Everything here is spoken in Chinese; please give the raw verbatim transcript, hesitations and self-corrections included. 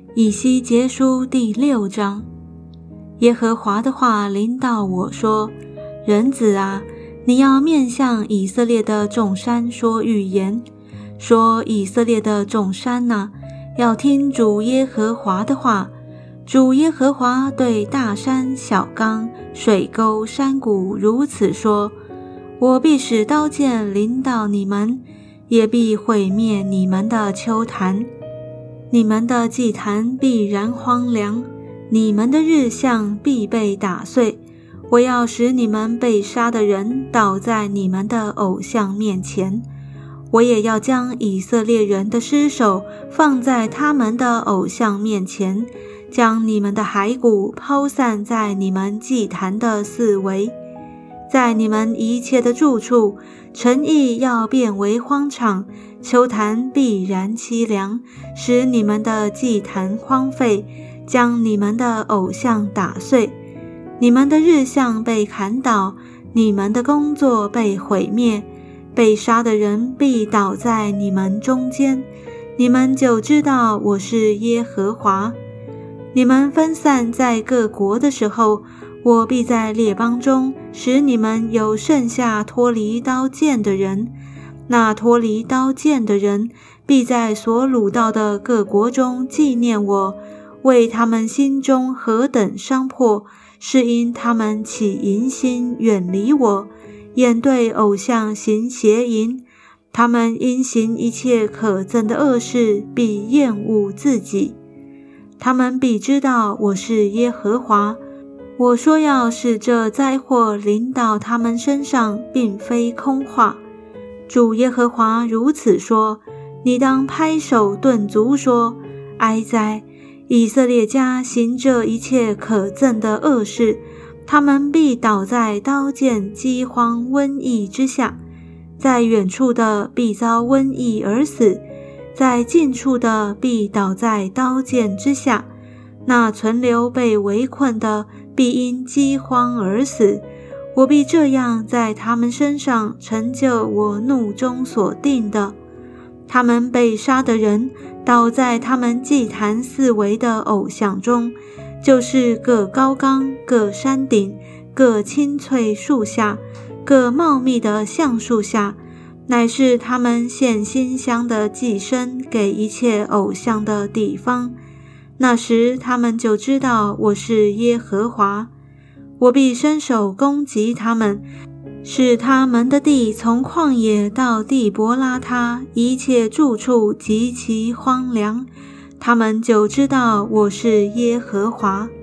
以西结书第六章。耶和华的话临到我说：人子啊，你要面向以色列的众山说预言，说以色列的众山哪，要听主耶和华的话。主耶和华对大山、小冈、水沟、山谷如此说：我必使刀剑临到你们，也必毁灭你们的丘坛，你们的祭坛必然荒凉，你们的日像必被打碎。我要使你们被杀的人倒在你们的偶像面前，我也要将以色列人的尸首放在他们的偶像面前，将你们的骸骨抛散在你们祭坛的四围。在你们一切的住处，城邑要变为荒场，丘坛必然凄凉，使你们的祭坛荒废，将你们的偶像打碎。你们的日像被砍倒，你们的工作被毁灭，被杀的人必倒在你们中间，你们就知道我是耶和华。你们分散在各国的时候，我必在列邦中使你们有剩下脱离刀剑的人，那脱离刀剑的人必在所掳到的各国中纪念我，为他们心中何等伤迫，是因他们起淫心远离我，眼对偶像行邪淫，他们因行一切可憎的恶事，必厌恶自己。他们必知道我是耶和华，我说要使这灾祸临到他们身上，并非空话。主耶和华如此说：你当拍手顿足说：哀哉！以色列家行这一切可憎的恶事，他们必倒在刀剑、饥荒、瘟疫之下，在远处的必遭瘟疫而死，在近处的必倒在刀剑之下，那存留被围困的必因饥荒而死。我必这样在他们身上成就我怒中所定的。他们被杀的人倒在他们祭坛四围的偶像中，就是各高冈、各山顶、各青翠树下、各茂密的橡树下，乃是他们献馨香的祭牲给一切偶像的地方。那时他们就知道我是耶和华。我必伸手攻击他们，使他们的地从旷野到地伯拉他一切住处极其荒凉，他们就知道我是耶和华。